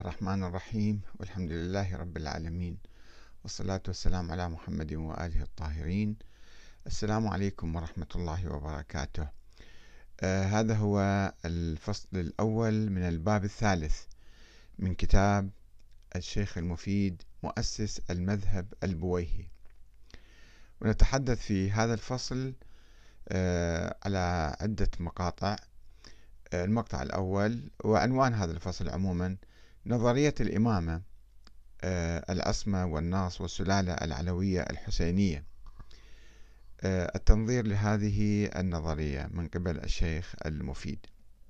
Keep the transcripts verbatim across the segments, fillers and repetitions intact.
الرحمن الرحيم، والحمد لله رب العالمين، والصلاة والسلام على محمد وآله الطاهرين. السلام عليكم ورحمة الله وبركاته. آه هذا هو الفصل الأول من الباب الثالث من كتاب الشيخ المفيد مؤسس المذهب البويهي، ونتحدث في هذا الفصل آه على عدة مقاطع. آه المقطع الأول وعنوان هذا الفصل عموما نظرية الإمامة، آه العصمة والناص والسلالة العلوية الحسينية. آه التنظير لهذه النظرية من قبل الشيخ المفيد.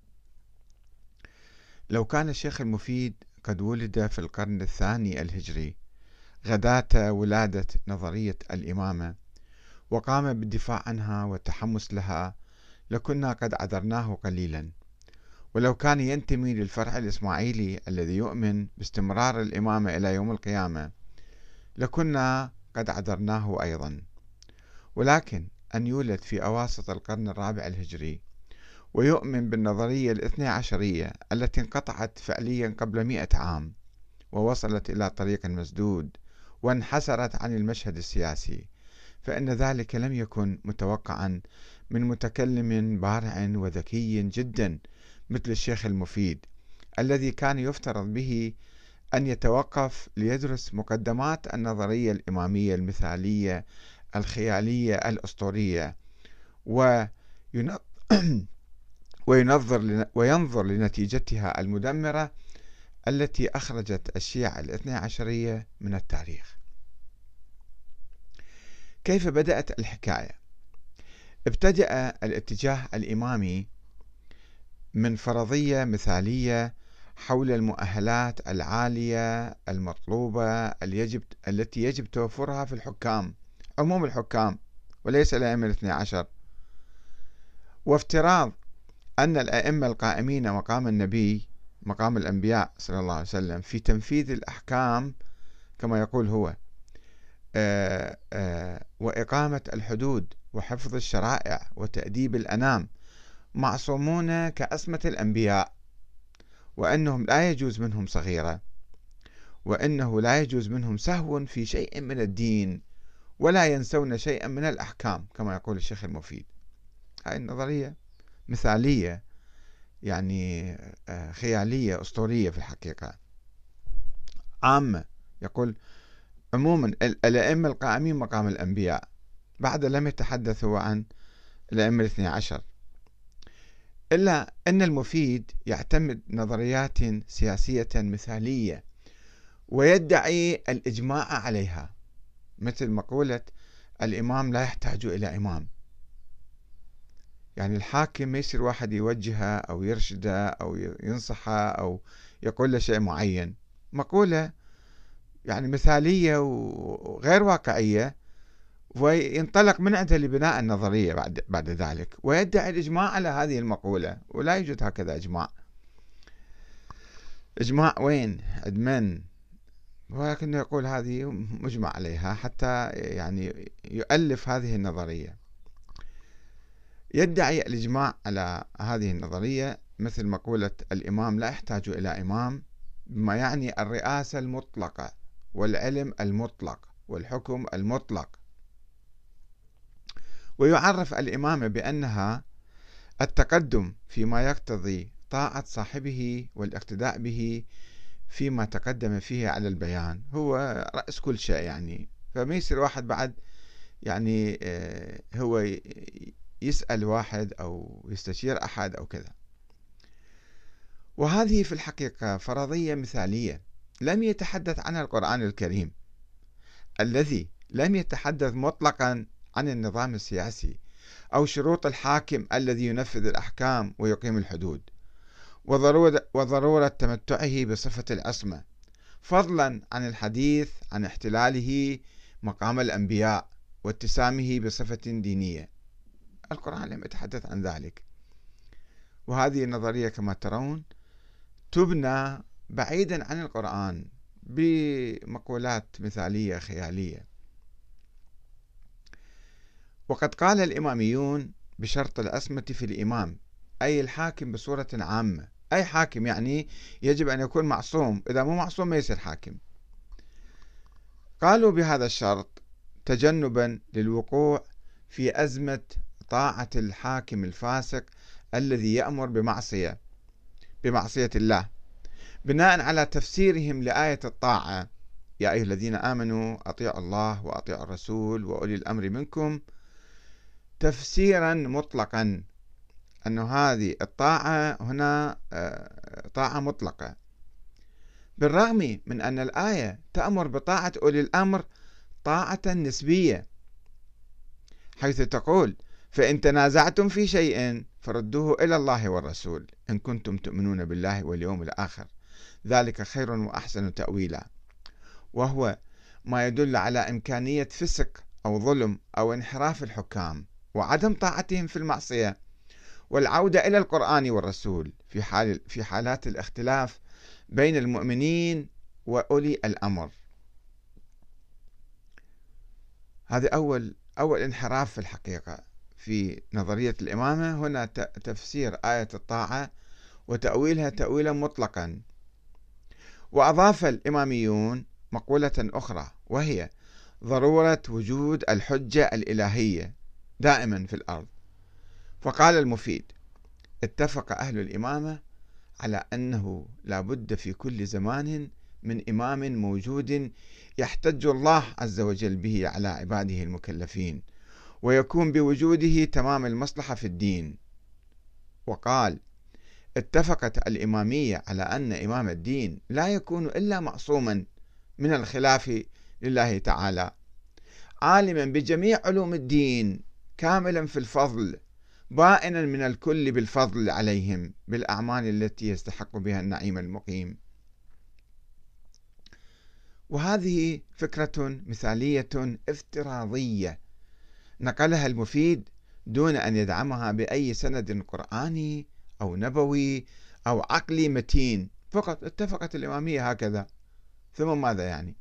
لو كان الشيخ المفيد قد ولد في القرن الثاني الهجري غداة ولادة نظرية الإمامة وقام بالدفاع عنها والتحمس لها، لكنا قد عذرناه قليلا. ولو كان ينتمي للفرع الإسماعيلي الذي يؤمن باستمرار الإمامة إلى يوم القيامة، لكنا قد عذرناه أيضا. ولكن أن يولد في أواسط القرن الرابع الهجري ويؤمن بالنظرية الاثنى عشرية التي انقطعت فعليا قبل مئة عام ووصلت إلى طريق مسدود وانحسرت عن المشهد السياسي، فإن ذلك لم يكن متوقعا من متكلم بارع وذكي جدا مثل الشيخ المفيد، الذي كان يفترض به أن يتوقف ليدرس مقدمات النظرية الإمامية المثالية الخيالية الأسطورية وينظر وينظر لنتيجتها المدمرة التي أخرجت الشيعة الاثنى عشرية من التاريخ. كيف بدأت الحكاية؟ ابتدأ الاتجاه الإمامي من فرضية مثالية حول المؤهلات العالية المطلوبة التي يجب توفرها في الحكام، عموم الحكام وليس الأئمة الاثنى عشر، وافتراض أن الأئمة القائمين مقام النبي مقام الأنبياء صلى الله عليه وسلم في تنفيذ الأحكام كما يقول هو، آآ آآ وإقامة الحدود وحفظ الشرائع وتأديب الأنام معصومون كأسمة الأنبياء، وأنهم لا يجوز منهم صغيرة، وأنه لا يجوز منهم سهو في شيء من الدين، ولا ينسون شيئا من الأحكام كما يقول الشيخ المفيد. هذه النظرية مثالية، يعني خيالية أسطورية في الحقيقة عامة. يقول عموما الأئمة القائمين مقام الأنبياء، بعد لم يتحدث هو عن الأئمة الاثنى عشر. إلا أن المفيد يعتمد نظريات سياسية مثالية ويدعي الإجماع عليها، مثل مقولة الإمام لا يحتاج إلى إمام، يعني الحاكم ما يصير واحد يوجهه أو يرشده أو ينصحه أو يقول له شيء معين. مقولة يعني مثالية وغير واقعية، وينطلق من عندها لبناء النظرية بعد بعد ذلك، ويدعي الإجماع على هذه المقولة، ولا يوجد هكذا إجماع. إجماع وين؟ عند من؟ ولكنه يقول هذه مجمع عليها، حتى يعني يؤلف هذه النظرية. يدعي الإجماع على هذه النظرية مثل مقولة الإمام لا يحتاج إلى إمام، بما يعني الرئاسة المطلقة والعلم المطلق والحكم المطلق. ويعرف الإمامة بأنها التقدم فيما يقتضي طاعة صاحبه والاقتداء به فيما تقدم فيه على البيان، هو رأس كل شيء يعني. فما يصير واحد بعد يعني هو يسأل واحد أو يستشير أحد أو كذا. وهذه في الحقيقة فرضية مثالية لم يتحدث عنها القرآن الكريم، الذي لم يتحدث مطلقا عن النظام السياسي أو شروط الحاكم الذي ينفذ الأحكام ويقيم الحدود، وضرورة, وضرورة تمتعه بصفة العصمة، فضلا عن الحديث عن احتلاله مقام الأنبياء واتسامه بصفة دينية. القرآن لم يتحدث عن ذلك. وهذه النظرية كما ترون تبنى بعيدا عن القرآن بمقولات مثالية خيالية. وقد قال الإماميون بشرط العصمة في الإمام، أي الحاكم بصورة عامة، أي حاكم يعني يجب أن يكون معصوم، إذا مو معصوم ما يصير حاكم. قالوا بهذا الشرط تجنبا للوقوع في أزمة طاعة الحاكم الفاسق الذي يأمر بمعصية بمعصية الله، بناء على تفسيرهم لآية الطاعة: يا أيها الذين آمنوا أطيعوا الله وأطيعوا الرسول وأولي الأمر منكم، تفسيرا مطلقا، أن هذه الطاعة هنا طاعة مطلقة، بالرغم من أن الآية تأمر بطاعة أولي الأمر طاعة نسبية، حيث تقول: فإن تنازعتم في شيء فردوه إلى الله والرسول إن كنتم تؤمنون بالله واليوم الآخر، ذلك خير وأحسن تأويلا، وهو ما يدل على إمكانية فسق أو ظلم أو انحراف الحكام وعدم طاعتهم في المعصية، والعودة إلى القرآن والرسول في حال في حالات الاختلاف بين المؤمنين وأولي الأمر. هذا أول أول انحراف في الحقيقة في نظرية الإمامة، هنا تفسير آية الطاعة وتأويلها تأويلا مطلقا. وأضاف الإماميون مقولة أخرى، وهي ضرورة وجود الحجة الإلهية دائما في الأرض. فقال المفيد: اتفق أهل الإمامة على أنه لا بد في كل زمان من إمام موجود يحتج الله عز وجل به على عباده المكلفين، ويكون بوجوده تمام المصلحة في الدين. وقال: اتفقت الإمامية على أن إمام الدين لا يكون إلا معصوما من الخلاف لله تعالى، عالما بجميع علوم الدين، كاملا في الفضل، بائنا من الكل بالفضل عليهم بالأعمال التي يستحق بها النعيم المقيم. وهذه فكرة مثالية افتراضية نقلها المفيد دون أن يدعمها بأي سند قرآني أو نبوي أو عقلي متين، فقط اتفقت الإمامية هكذا. ثم ماذا يعني؟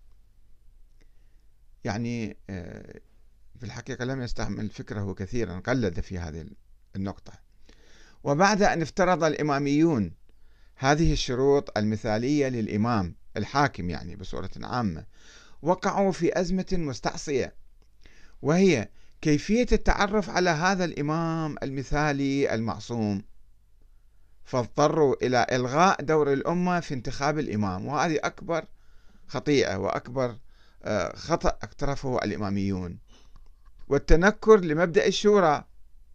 يعني في الحقيقة لم يستعمل فكره كثيرا، قلد في هذه النقطة. وبعد أن افترض الإماميون هذه الشروط المثالية للإمام الحاكم يعني بصورة عامة، وقعوا في أزمة مستعصية، وهي كيفية التعرف على هذا الإمام المثالي المعصوم، فاضطروا إلى إلغاء دور الأمة في انتخاب الإمام. وهذه أكبر خطيئة وأكبر خطأ اقترفه الإماميون، والتنكر لمبدأ الشورى،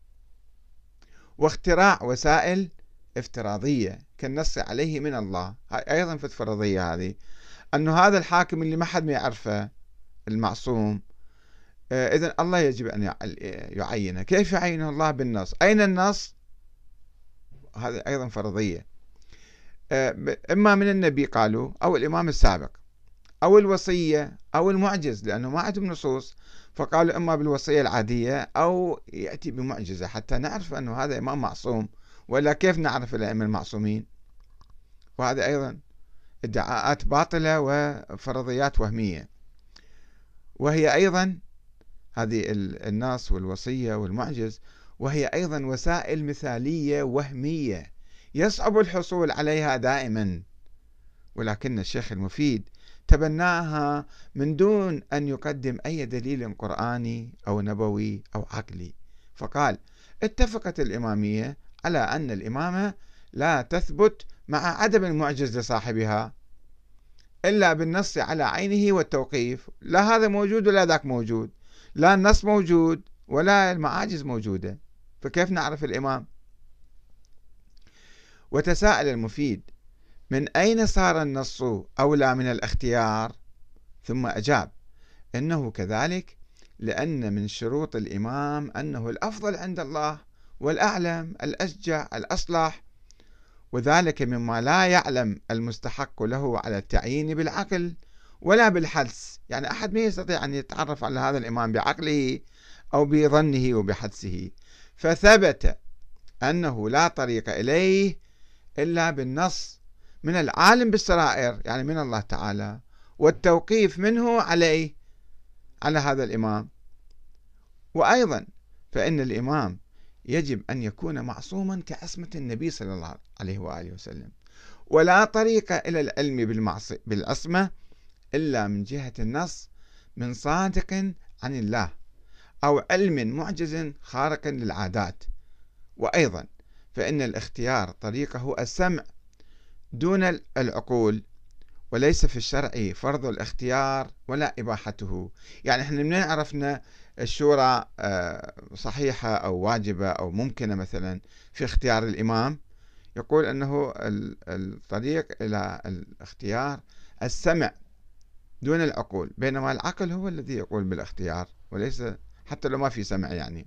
واختراع وسائل افتراضية كالنص عليه من الله. أيضا في الفرضية هذه أنه هذا الحاكم اللي ما حد ما يعرفه المعصوم، إذن الله يجب أن يعينه. كيف يعينه الله؟ بالنص. أين النص؟ هذا أيضا فرضية، إما من النبي قالوا أو الإمام السابق أو الوصية أو المعجز، لأنه ما عندهم نصوص، فقالوا إما بالوصية العادية أو يأتي بمعجزة حتى نعرف أنه هذا إمام معصوم، ولا كيف نعرف الأئمة المعصومين؟ وهذا أيضا ادعاءات باطلة وفرضيات وهمية. وهي أيضا هذه النص والوصية والمعجز، وهي أيضا وسائل مثالية وهمية يصعب الحصول عليها دائما، ولكن الشيخ المفيد تبناها من دون أن يقدم أي دليل قرآني أو نبوي أو عقلي. فقال: اتفقت الإمامية على أن الإمامة لا تثبت مع عدم المعجز لصاحبها إلا بالنص على عينه والتوقيف. لا هذا موجود ولا ذاك موجود، لا النص موجود ولا المعاجز موجودة، فكيف نعرف الإمام؟ وتساءل المفيد: من أين صار النص أولى من الاختيار؟ ثم أجاب إنه كذلك لأن من شروط الإمام أنه الأفضل عند الله والأعلم الأشجع الأصلح، وذلك مما لا يعلم المستحق له على التعيين بالعقل ولا بالحدس. يعني أحد ما يستطيع أن يتعرف على هذا الإمام بعقله أو بظنه وبحدسه، فثبت أنه لا طريق إليه إلا بالنص من العالم بالسرائر، يعني من الله تعالى، والتوقيف منه عليه على هذا الإمام. وأيضا فإن الإمام يجب أن يكون معصوما كعصمة النبي صلى الله عليه وآله وسلم، ولا طريق إلى العلم بالعصمة إلا من جهة النص من صادق عن الله أو علم معجز خارق للعادات. وأيضا فإن الاختيار طريقه السمع دون العقول، وليس في الشرع فرض الاختيار ولا إباحته. يعني احنا منين عرفنا الشورى صحيحة أو واجبة أو ممكنة مثلا في اختيار الإمام؟ يقول أنه الطريق إلى الاختيار السمع دون العقول، بينما العقل هو الذي يقول بالاختيار، وليس حتى لو ما في سمع يعني.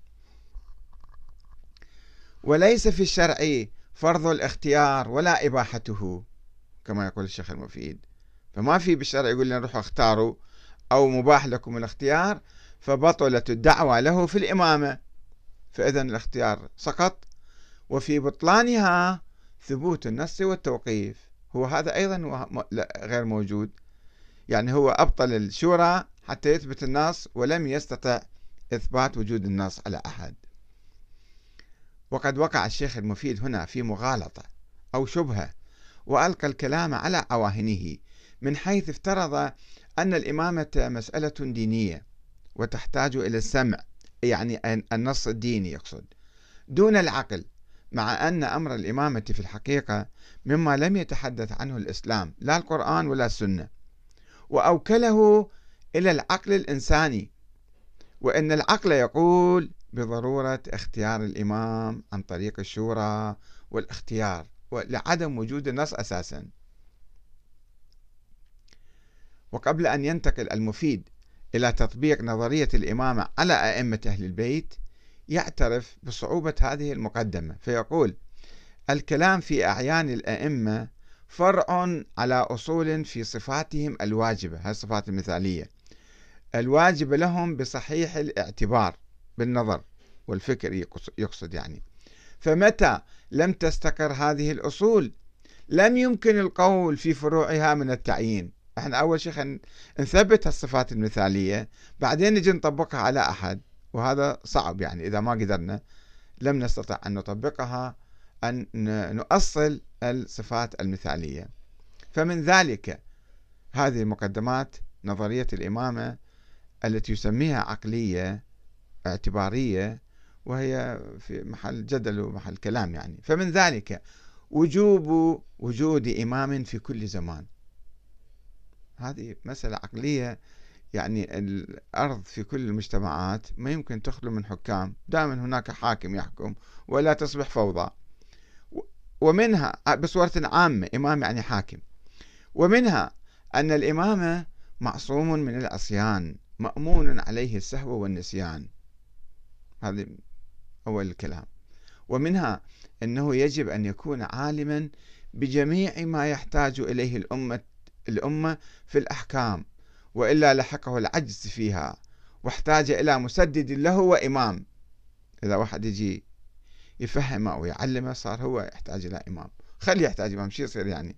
وليس في الشرع فرض الاختيار ولا إباحته كما يقول الشيخ المفيد. فما في بالشرع يقول لنا روحوا اختاروا أو مباح لكم الاختيار فبطلت الدعوة له في الإمامة، فإذا الاختيار سقط، وفي بطلانها ثبوت النص والتوقيف. هو هذا أيضا غير موجود، يعني هو أبطل الشورى حتى يثبت النص ولم يستطع إثبات وجود النص على أحد. وقد وقع الشيخ المفيد هنا في مغالطة أو شبهة، وألقى الكلام على عواهنه، من حيث افترض أن الإمامة مسألة دينية وتحتاج إلى السمع، يعني النص الديني يقصد، دون العقل، مع أن أمر الإمامة في الحقيقة مما لم يتحدث عنه الإسلام لا القرآن ولا السنة، وأوكله إلى العقل الإنساني، وأن العقل يقول بضرورة اختيار الإمام عن طريق الشورى والاختيار لعدم وجود النص أساسا. وقبل أن ينتقل المفيد إلى تطبيق نظرية الإمامة على أئمة أهل البيت يعترف بصعوبة هذه المقدمة، فيقول: الكلام في أعيان الأئمة فرع على أصول في صفاتهم الواجبة، هذه الصفات المثالية الواجبة لهم بصحيح الاعتبار بالنظر والفكر يقصد يعني. فمتى لم تستقر هذه الأصول لم يمكن القول في فروعها من التعيين. احنا أول شيء نثبت الصفات المثالية، بعدين نجي نطبقها على أحد، وهذا صعب يعني. إذا ما قدرنا لم نستطع أن نطبقها، أن نؤصل الصفات المثالية. فمن ذلك هذه المقدمات نظرية الإمامة التي يسميها عقلية اعتبارية، وهي في محل جدل ومحل كلام يعني. فمن ذلك وجوب وجود إمام في كل زمان، هذه مسألة عقلية يعني. الأرض في كل المجتمعات ما يمكن تخلو من حكام، دائما هناك حاكم يحكم ولا تصبح فوضى. ومنها بصورة عامة إمام يعني حاكم. ومنها أن الإمامة معصوم من العصيان، مأمون عليه السهو والنسيان، هذا أول الكلام. ومنها أنه يجب أن يكون عالما بجميع ما يحتاج إليه الأمة الأمة في الأحكام، وإلا لحقه العجز فيها، واحتاج إلى مسدد له وإمام. إذا واحد يجي يفهمه أو يعلمه صار هو يحتاج إلى إمام، خليه يحتاج إمام، شو يصير يعني.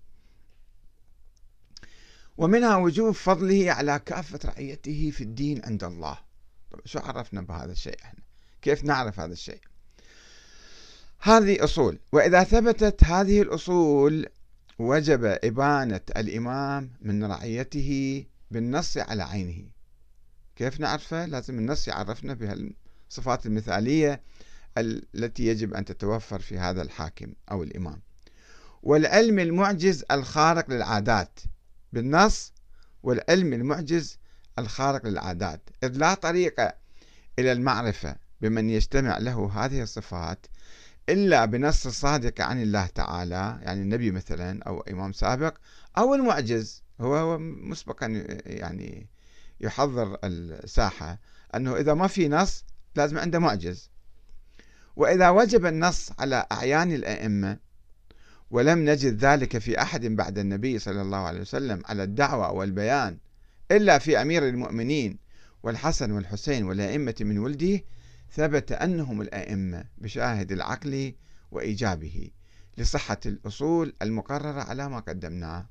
ومنها وجوب فضله على كافة رعيته في الدين عند الله. طب شو عرفنا بهذا الشيء احنا؟ كيف نعرف هذا الشيء؟ هذه أصول، وإذا ثبتت هذه الأصول وجب إبانة الإمام من رعيته بالنص على عينه. كيف نعرفه؟ لازم النص يعرفنا بهالصفات المثالية التي يجب أن تتوفر في هذا الحاكم أو الإمام. والعلم المعجز الخارق للعادات بالنص، والعلم المعجز الخارق للعادات، إذ لا طريق إلى المعرفة بمن يجتمع له هذه الصفات إلا بنص صادق عن الله تعالى، يعني النبي مثلا أو إمام سابق، أو المعجز. هو مسبقا يعني يحضر الساحة أنه إذا ما في نص لازم عنده معجز. وإذا وجب النص على أعيان الأئمة ولم نجد ذلك في أحد بعد النبي صلى الله عليه وسلم على الدعوة والبيان إلا في أمير المؤمنين والحسن والحسين والأئمة من ولده، ثبت أنهم الأئمة بشاهد العقل وإيجابه لصحة الأصول المقررة على ما قدمناه.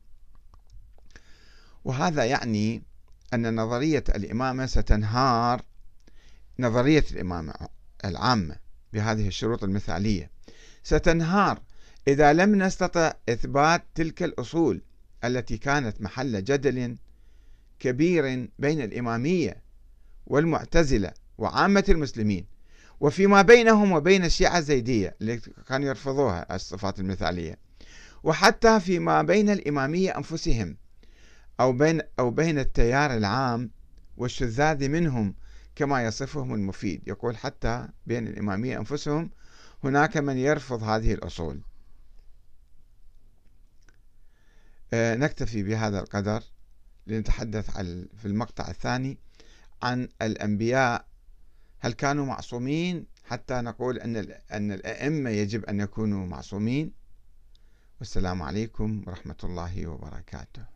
وهذا يعني أن نظرية الإمامة ستنهار، نظرية الإمامة العامة بهذه الشروط المثالية، ستنهار إذا لم نستطع إثبات تلك الأصول التي كانت محل جدل كبير بين الإمامية والمعتزلة وعامة المسلمين، وفيما بينهم وبين الشيعة الزيدية اللي كانوا يرفضوها الصفات المثالية، وحتى فيما بين الإمامية أنفسهم، أو بين أو بين التيار العام والشذاذ منهم كما يصفهم المفيد. يقول حتى بين الإمامية أنفسهم هناك من يرفض هذه الأصول. أه نكتفي بهذا القدر لنتحدث في المقطع الثاني عن الأنبياء. هل كانوا معصومين حتى نقول أن أن الأئمة يجب أن يكونوا معصومين؟ والسلام عليكم ورحمة الله وبركاته.